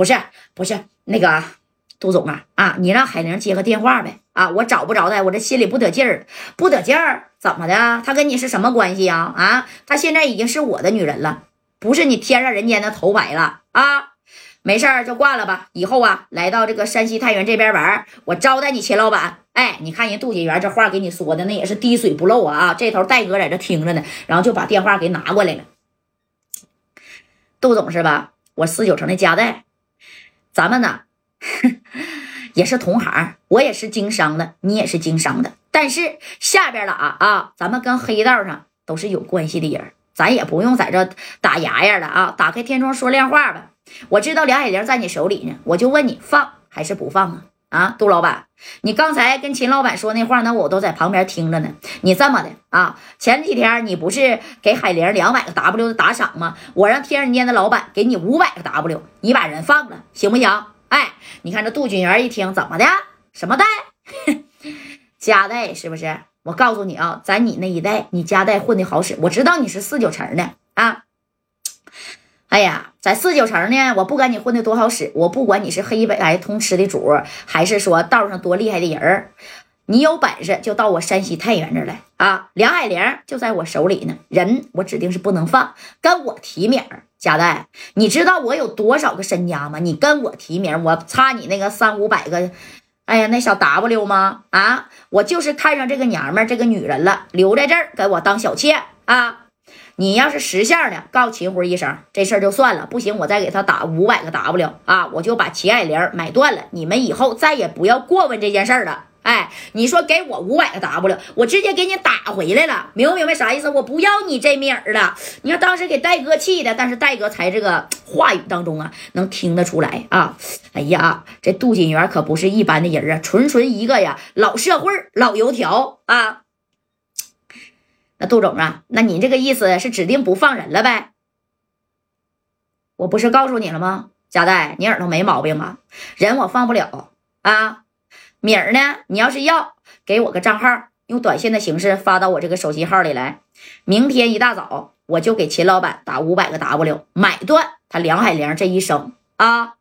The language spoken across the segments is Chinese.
不是那个杜总啊，你让海玲接个电话呗啊，我找不着他，我这心里不得劲儿，怎么的？他跟你是什么关系啊？啊，他现在已经是我的女人了，不是你天上人间的头牌了啊！没事儿就挂了吧，以后啊来到这个山西太原这边玩，我招待你秦老板。哎，你看人杜锦元这话给你说的那也是滴水不漏啊！这头戴哥在这听着呢，然后就把电话给拿过来了。杜总是吧？我49城的家代，咱们呢也是同行，我也是经商的，你也是经商的，但是下边的咱们跟黑道上都是有关系的人，咱也不用在这打牙牙的啊！打开天窗说亮话吧。我知道梁海玲在你手里呢，我就问你放还是不放啊？啊，杜老板，你刚才跟秦老板说那话，那我都在旁边听着呢。你这么的啊，前几天你不是给海玲200个 W 的打赏吗？我让天人间的老板给你500个 W， 你把人放了，行不行？哎，你看这杜锦元一听，怎么的？什么代？家代是不是？我告诉你啊，在你那一代，你家代混的好使，我知道你是49城的啊。哎呀，在49城呢，我不管你混的多好使，我不管你是黑白通吃的主，还是说道上多厉害的人，你有本事就到我山西太原这儿来啊！梁海玲就在我手里呢，人我指定是不能放，跟我提名。贾代，你知道我有多少个身家吗？你跟我提名，我差你那个300-500个，哎呀，那小 W 吗？啊，我就是看上这个娘们儿，这个女人了，留在这儿给我当小妾啊！你要是识相的，告诉秦辉一声，这事儿就算了。不行，我再给他打500个 W 啊！我就把秦海玲买断了。你们以后再也不要过问这件事儿了。哎，你说给我500个 W， 我直接给你打回来了，明不明白啥意思？我不要你这名儿了。你看当时给戴哥气的，但是戴哥才这个话语当中啊，能听得出来啊。哎呀，这杜锦元可不是一般的人啊，纯一个呀老社会老油条啊。那杜总啊，那你这个意思是指定不放人了呗？我不是告诉你了吗？贾代，你耳朵没毛病吧？人我放不了啊。米儿呢？你要是要，给我个账号，用短信的形式发到我这个手机号里来。明天一大早，我就给秦老板打500个 W， 买断他梁海玲这一生啊！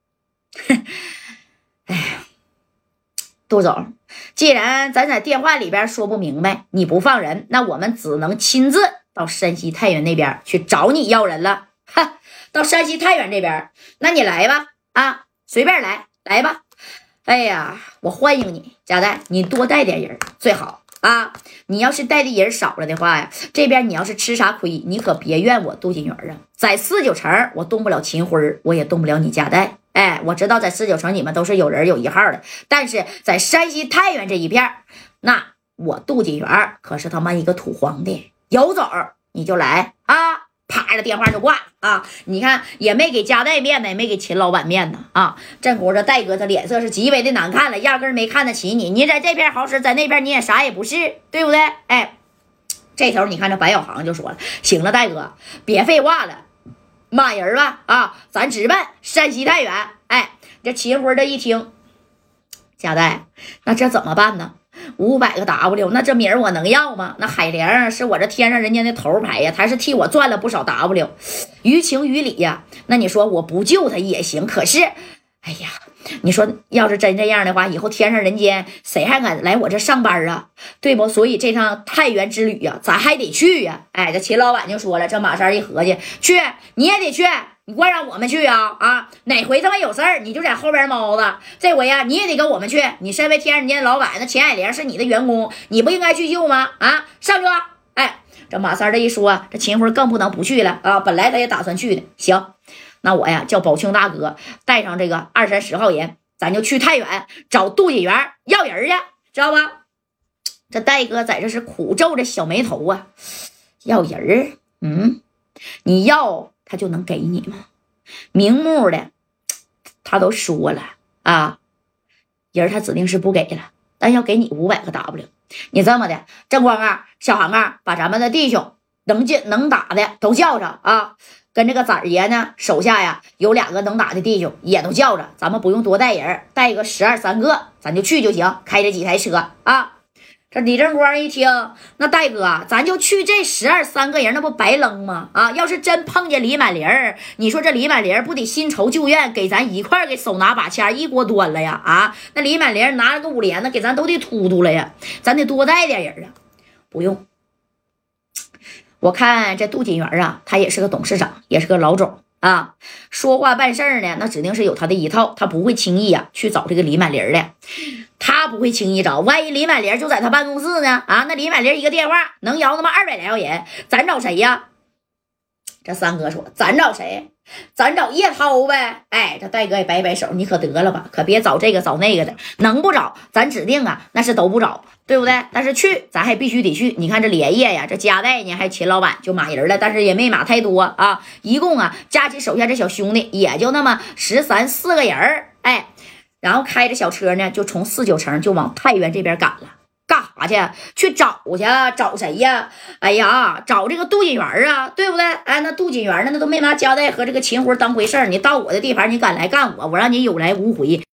哎呀，杜总，既然咱在电话里边说不明白，你不放人，那我们只能亲自到山西太原那边去找你要人了。哈，到山西太原这边，那你来吧，啊，随便来吧。哎呀，我欢迎你，贾代，你多带点人最好啊！你要是带的人少了的话呀，这边你要是吃啥亏，你可别怨我杜锦元啊！在49城，我动不了秦辉，我也动不了你贾代。哎，我知道在49城你们都是有人有一号的，但是在山西太原这一片，那我杜锦元可是他妈一个土皇帝，有种你就来啊！啪的电话就挂啊！你看也没给家代面子，也没给秦老板面子啊！这会儿这戴哥他脸色是极为的难看了，压根没看得起你。你在这边好使，在那边你也啥也不是，对不对？哎，这头你看这白小航就说了：“行了，戴哥，别废话了，骂人吧啊！咱直奔山西太原。”哎，这秦辉这一听，家代，那这怎么办呢？500个 W， 那这名儿我能要吗？那海玲是我这天上人间的头牌呀，他是替我赚了不少 W， 于情于理呀。那你说我不救他也行，可是，哎呀，你说要是真这样的话，以后天上人间谁还敢来我这上班啊？对不？所以这趟太原之旅呀，咱还得去呀。哎，这秦老板就说了，这马三一合计，去你也得去。你怪让我们去啊！哪回他妈有事儿你就在后边猫子，这回呀你也得跟我们去。你身为天人间的老板，那秦海玲是你的员工，你不应该去救吗？啊，上车！哎，这马三这一说，这秦辉更不能不去了啊！本来他也打算去的，行，那我呀叫宝庆大哥带上这个2、30号人，咱就去太原找杜锦元要人去，知道吧？这戴哥在这是苦皱着小眉头啊，要人你要他就能给你吗？明目的他都说了啊，人他指定是不给了，但要给你500个 W。 你这么的，正光啊小航啊，把咱们的弟兄能打的都叫着啊，跟这个崽爷呢手下呀有2个能打的弟兄也都叫着，咱们不用多带人，带个12、13个咱就去就行，开着几台车啊。 这李正光一听，那戴哥，咱就去这12、3个人，那不白扔吗？啊，要是真碰见李满林儿，你说这李满林儿不得新仇旧怨，给咱一块给手拿把掐一锅端了呀？啊，那李满林儿拿了个5连子，给咱都得突突了呀，咱得多带点人啊。不用，我看这杜锦元啊，他也是个董事长，也是个老总啊，说话办事儿呢，那指定是有他的一套，他不会轻易啊去找这个李满林的。他不会轻易找，万一李满林就在他办公室呢？啊，那李满林一个电话能摇那么200来号人，咱找谁呀？这三哥说，咱找谁？咱找叶涛呗。哎，这戴哥也摆摆手，你可得了吧，可别找这个找那个的，能不找咱指定啊，那是都不找，对不对？但是去咱还必须得去。你看这连夜呀，这加代呢还秦老板就码人了，但是也没码太多啊，一共啊加起手下这小兄弟也就那么13、14个人。哎，然后开着小车呢，就从49城就往太原这边赶了。干啥去？去找去？找谁呀？哎呀，找这个杜锦元啊，对不对？哎，那杜锦元呢，那都没拿加代和这个秦活当回事儿。你到我的地盘，你敢来干我，我让你有来无回。